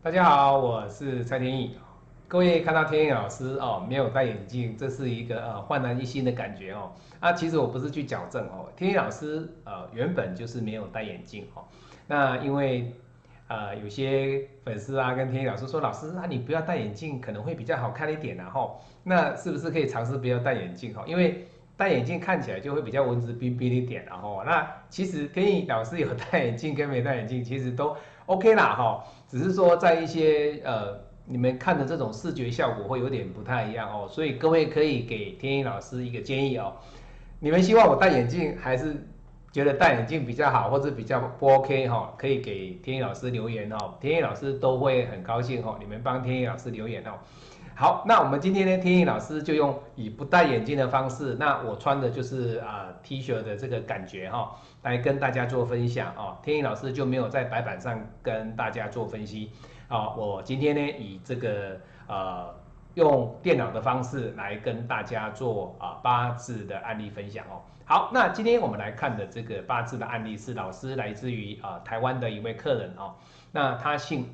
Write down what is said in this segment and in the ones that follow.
大家好，我是蔡天意。各位看到天意老师没有戴眼镜，这是一个焕然一新的感觉哦。其实我不是去矫正哦，天意老师原本就是没有戴眼镜哦。那因为有些粉丝跟天意老师说，老师你不要戴眼镜可能会比较好看一点那是不是可以尝试不要戴眼镜因为戴眼镜看起来就会比较文质彬彬一点那其实天意老师有戴眼镜跟没戴眼镜其实都 OK 啦只是说在一些你们看的这种视觉效果会有点不太一样所以各位可以给天意老师一个建议你们希望我戴眼镜还是觉得戴眼镜比较好，或者比较不 OK 可以给天意老师留言天意老师都会很高兴你们帮天意老师留言好，那我们今天呢，天意老师就用以不戴眼镜的方式，那我穿的就是T 恤的这个感觉来跟大家做分享天意老师就没有在白板上跟大家做分析我今天呢以这个用电脑的方式来跟大家做八字的案例分享好，那今天我们来看的这个八字的案例是老师来自于台湾的一位客人那他姓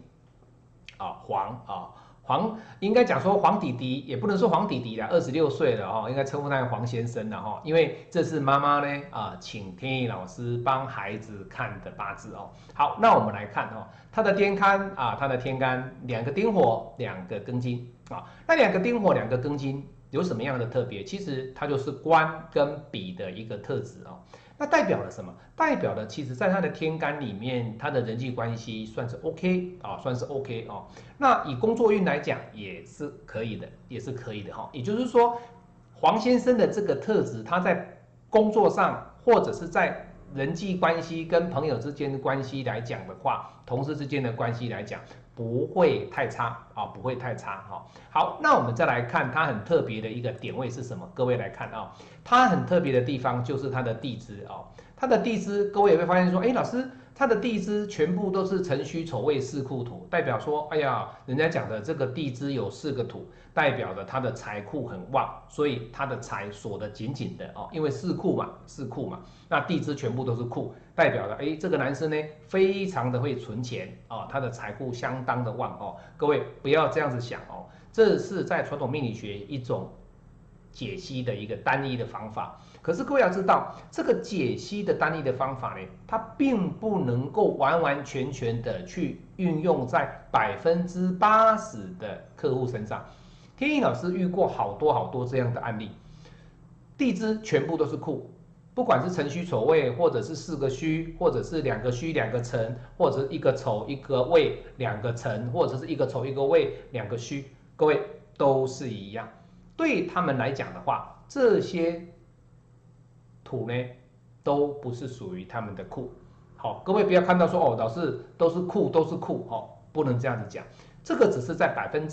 黄应该讲说黄弟弟，也不能说黄弟弟啦，26岁了应该称呼他为黄先生了因为这是妈妈呢请天意老师帮孩子看的八字好，那我们来看他的天干他的天干2个丁火，2个庚金那2个丁火2个庚金有什么样的特别？其实它就是官跟比的一个特质那代表了什么？代表了其实在他的天干里面，他的人际关系算是 OK 算是 OK 那以工作运来讲也是可以的，也是可以的也就是说，黄先生的这个特质，他在工作上或者是在人际关系跟朋友之间的关系来讲的话，同事之间的关系来讲，不会太差不会太差好，那我们再来看它很特别的一个点位是什么？各位来看它很特别的地方就是它的地支它的地支，各位也会发现说，老师，它的地支全部都是辰戌丑未四库土，代表说，哎呀，人家讲的这个地支有4个土，代表的它的财库很旺，所以它的财锁得紧紧的因为四库嘛，那地支全部都是库，代表了这个男生呢非常的会存钱他的财库相当的旺各位不要这样子想这是在传统命理学一种解析的一个单一的方法。可是各位要知道，这个解析的单一的方法呢，它并不能够完完全全的去运用在80%的客户身上。天意老师遇过好多这样的案例，地支全部都是库，不管是辰戌丑未，或者是4个戌，或者是2个戌2个辰，或者是1个丑1个未2个辰，或者是1个丑1个未2个戌，各位都是一样。对他们来讲的话，这些土呢都不是属于他们的库。好，各位不要看到说老师都是库不能这样子讲。这个只是在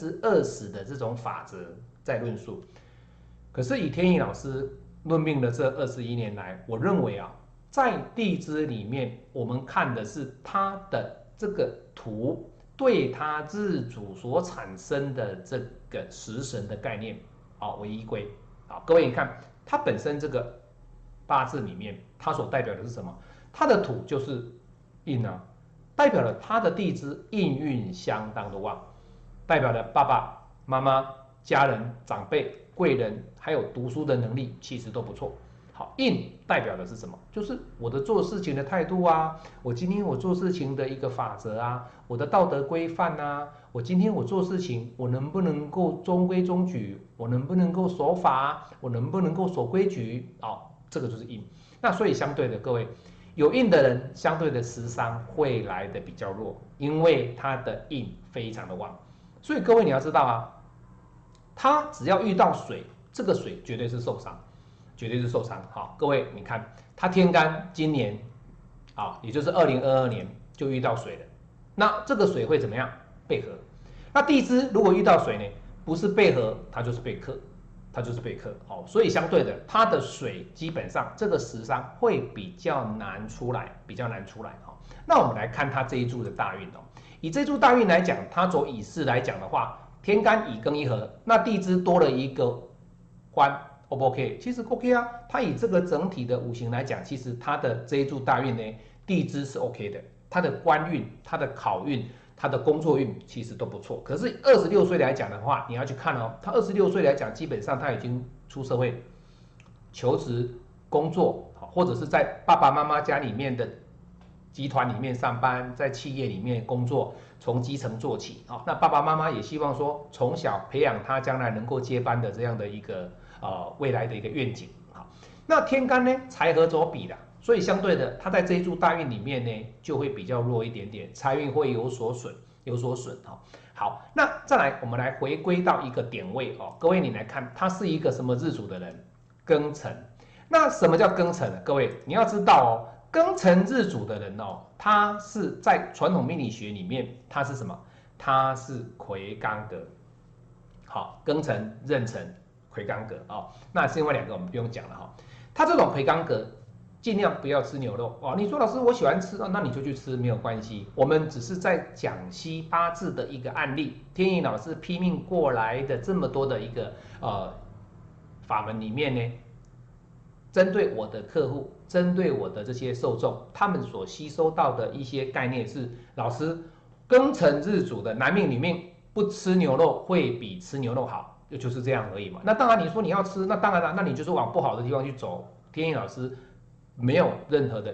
20%的这种法则在论述。可是以天意老师论命的这21年来，我认为在地支里面，我们看的是他的这个土对他日主所产生的这个食神的概念为依归各位你看，它本身这个八字里面，它所代表的是什么？它的土就是印代表了它的地支印运相当的旺，代表了爸爸妈妈、家人、长辈、贵人，还有读书的能力，其实都不错。好，印代表的是什么？就是我的做事情的态度我今天我做事情的一个法则我的道德规范我今天我做事情，我能不能够中规中矩？我能不能够守法？我能不能够守规矩？这个就是印。那所以相对的，各位有印的人，相对的食伤会来的比较弱，因为他的印非常的旺。所以各位你要知道他只要遇到水，这个水绝对是受伤，绝对是受伤。好，各位你看，他天干今年也就是2022年就遇到水了，那这个水会怎么样？被合。那地支如果遇到水呢，不是被合，它就是被克。它就是被克所以相对的，它的水基本上这个食伤会比较难出来，比较难出来那我们来看它这一柱的大运以这柱大运来讲，它走乙巳来讲的话，天干乙庚一合，那地支多了一个官 ，O 不 OK？ 其实 OK 它以这个整体的五行来讲，其实它的这一柱大运呢，地支是 OK 的，它的官运、它的考运他的工作运其实都不错。可是26岁来讲的话，你要去看哦，他26岁来讲，基本上他已经出社会、求职、工作，或者是在爸爸妈妈家里面的集团里面上班，在企业里面工作，从基层做起。那爸爸妈妈也希望说，从小培养他将来能够接班的这样的一个未来的一个愿景。好，那天干呢，财合走比的。所以相对的，他在这一柱大运里面呢，就会比较弱一点点，财运会有所损哈。好，那再来，我们来回归到一个点位哦，各位你来看，他是一个什么日主的人？庚辰。那什么叫庚辰呢？各位你要知道哦，庚辰日主的人哦，他是在传统命理学里面，他是什么？他是癸刚格。好，庚辰、壬辰、癸刚格哦。那另外两个我们不用讲了哈。他这种癸刚格，尽量不要吃牛肉哦。你说老师我喜欢吃，那你就去吃没有关系。我们只是在讲析八字的一个案例，天意老师拼命过来的这么多的一个法门里面呢，针对我的客户，针对我的这些受众，他们所吸收到的一些概念是，老师庚辰日主的男命女命不吃牛肉会比吃牛肉好，就是这样而已嘛。那当然你说你要吃，那当然了，那你就是往不好的地方去走。天意老师没有任何的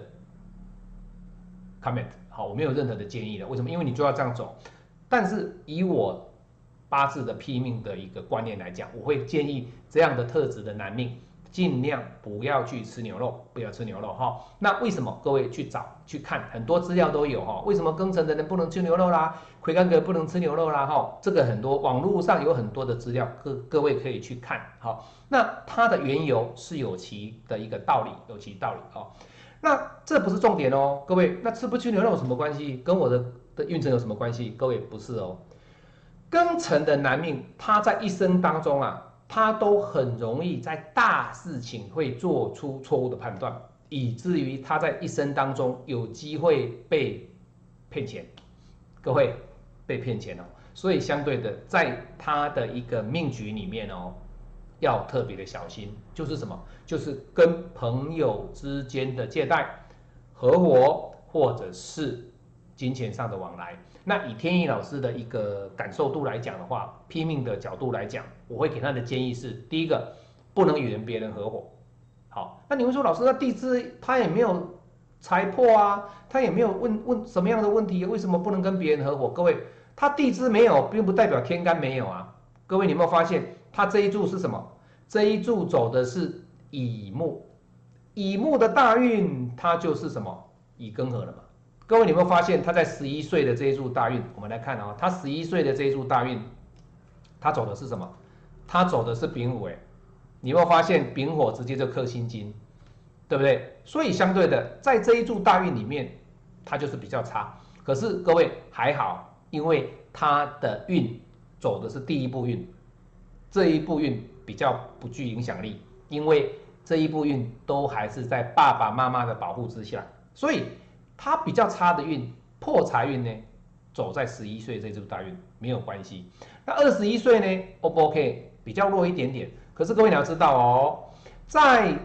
comment， 好，我没有任何的建议的。为什么？因为你就要这样走。但是以我八字的批命的一个观念来讲，我会建议这样的特质的男命，尽量不要去吃牛肉，不要吃牛肉哈。那为什么？各位去找去看，很多资料都有哈。为什么庚辰的人不能吃牛肉啦？癸干格不能吃牛肉啦？哈，这个很多网络上有很多的资料，各位可以去看。好，那它的缘由是有其的一个道理，有其道理哦。那这不是重点哦，各位，那吃不吃牛肉有什么关系？跟我的运程有什么关系？各位不是哦。庚辰的男命，他在一生当中啊，他都很容易在大事情会做出错误的判断，以至于他在一生当中有机会被骗钱。各位被骗钱哦，所以相对的，在他的一个命局里面哦，要特别的小心，就是什么？就是跟朋友之间的借贷、合伙，或者是金钱上的往来。那以天意老师的一个感受度来讲的话，拼命的角度来讲，我会给他的建议是：第一个，不能与别人合伙。好，那你会说老师，那地支他也没有财破啊，他也没有问什么样的问题，为什么不能跟别人合伙？各位，他地支没有，并不代表天干没有啊。各位，你有没有发现，他这一柱是什么？这一柱走的是乙木，乙木的大运，它就是什么？乙庚合了嘛。各位，你有没有发现他在11岁的这一柱大运？我们来看他11岁的这一柱大运，他走的是什么？他走的是丙午，你有没有发现丙火直接就克辛金，对不对？所以相对的，在这一柱大运里面，它就是比较差。可是各位还好，因为他的运走的是第一步运，这一步运比较不具影响力，因为这一步运都还是在爸爸妈妈的保护之下，所以他比较差的运破财运呢，走在11岁这柱大运没有关系。那21岁呢 ，O 不 OK？ 比较弱一点点。可是各位你要知道哦，在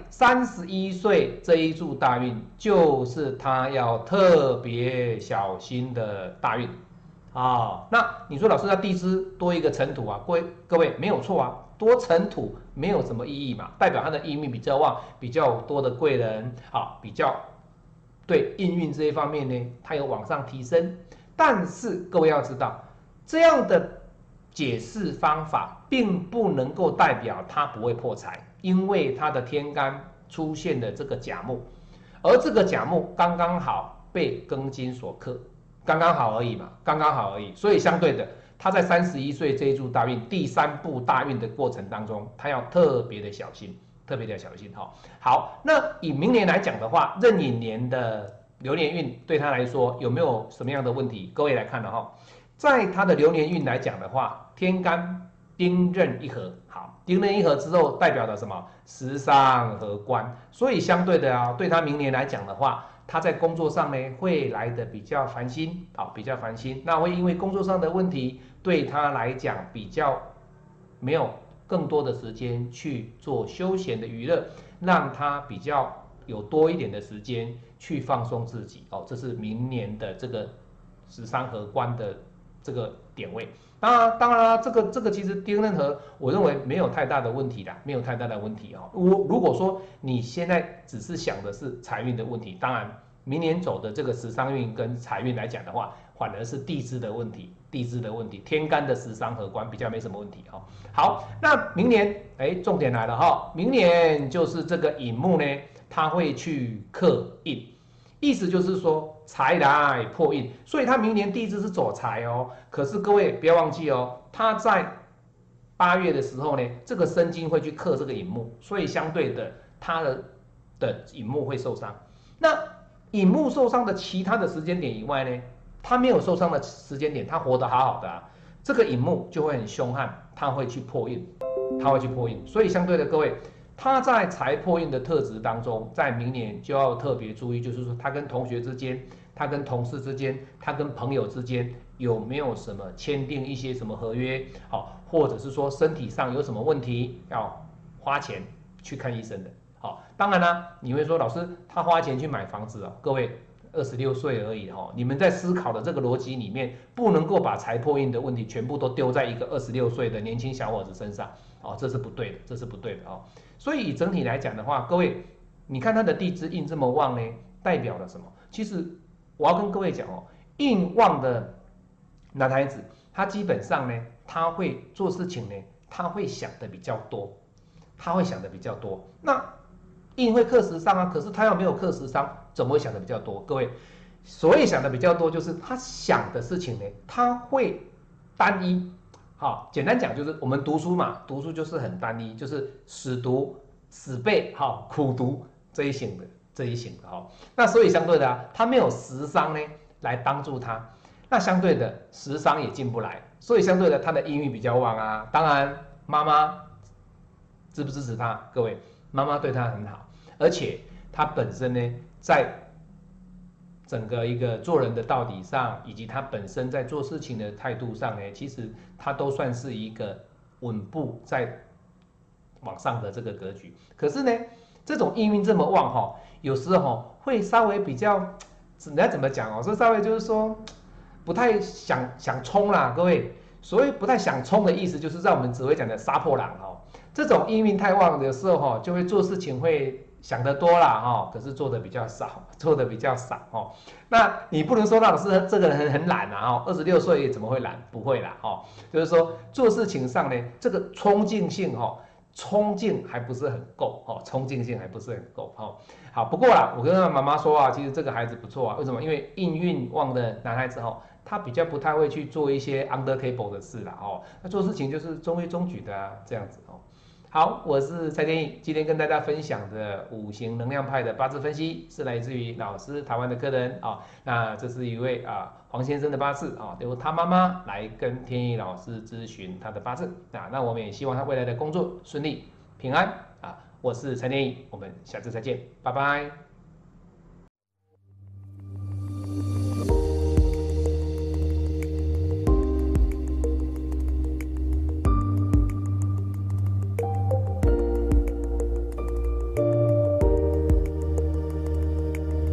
31岁这一柱大运，就是他要特别小心的大运啊。那你说老师，那地支多一个尘土啊？各位没有错啊，多尘土没有什么意义嘛，代表他的印命比较旺，比较多的贵人，好，比较对应运这一方面呢，它有往上提升。但是各位要知道，这样的解释方法并不能够代表它不会破财，因为它的天干出现了这个甲木，而这个甲木刚刚好被庚金所克，刚刚好而已嘛，刚刚好而已。所以相对的，他在31岁这一柱大运第3步大运的过程当中，他要特别的小心。特别的小心哈。好，那以明年来讲的话，壬寅年的流年运对他来说有没有什么样的问题？各位来看了哈，在他的流年运来讲的话，天干丁壬一合，好，丁壬一合之后代表了什么？食伤合官，所以相对的啊，对他明年来讲的话，他在工作上呢会来的比较烦心啊，比较烦心。那会因为工作上的问题，对他来讲比较没有更多的时间去做休闲的娱乐，让他比较有多一点的时间去放松自己哦。这是明年的这个食伤合官的这个点位。当然啦，这个其实丁任何，我认为没有太大的问题啦，没有太大的问题哦。如果说你现在只是想的是财运的问题，当然明年走的这个时商运跟财运来讲的话，反而是地支的问题，天干的时商合官比较没什么问题哈。好，那明年重点来了哈，明年就是这个寅木呢，它会去克印。意思就是说财来破印，所以他明年地支是走财哦。可是各位不要忘记哦，他在8月的时候呢，这个申金会去克这个寅木，所以相对的他的寅木会受伤。那寅木受伤的其他的时间点以外呢，他没有受伤的时间点，他活得好好的这个寅木就会很凶悍，他会去破印，所以相对的各位。他在财破印的特质当中，在明年就要特别注意，就是说他跟同学之间、他跟同事之间、他跟朋友之间有没有什么签订一些什么合约，好，或者是说身体上有什么问题，要花钱去看医生的。好，当然啦，你会说老师他花钱去买房子哦，各位26岁而已你们在思考的这个逻辑里面，不能够把财破印的问题全部都丢在一个26岁的年轻小伙子身上，这是不对的，所以整体来讲的话，各位，你看他的地支印这么旺呢，代表了什么？其实我要跟各位讲印旺的男孩子，他基本上呢，他会做事情呢，他会想的比较多，那印会克时伤啊，可是他要没有克时伤，怎么会想的比较多？各位，所谓想的比较多，就是他想的事情呢，他会单一。好，简单讲就是我们读书嘛，读书就是很单一，就是死读、死背、苦读这一型的那所以相对的他没有时商呢来帮助他，那相对的时商也进不来，所以相对的他的阴运比较旺啊。当然，妈妈支不支持他？各位，妈妈对他很好，而且他本身呢，在整个一个做人的道理上，以及他本身在做事情的态度上呢，其实他都算是一个稳步在往上的这个格局。可是呢，这种运运这么旺有时候会稍微比较，人家怎么讲说稍微就是说不太想冲啦，各位。所谓不太想冲的意思，就是在我们只会讲的杀破狼这种运运太旺的时候就会做事情会想得多啦可是做的比较少，那你不能说老师这个人很懒26岁怎么会懒？不会啦就是说做事情上呢，这个冲劲性还不是很够好，不过啦，我跟妈妈说其实这个孩子不错为什么？因为印运旺的男孩子他比较不太会去做一些 under table 的事啦那做事情就是中规中矩的这样子好，我是蔡天意，今天跟大家分享的五行能量派的八字分析是来自于老师台湾的客人那这是一位黄先生的八字由他妈妈来跟天意老师咨询他的八字那我们也希望他未来的工作顺利平安我是蔡天意，我们下次再见，拜拜。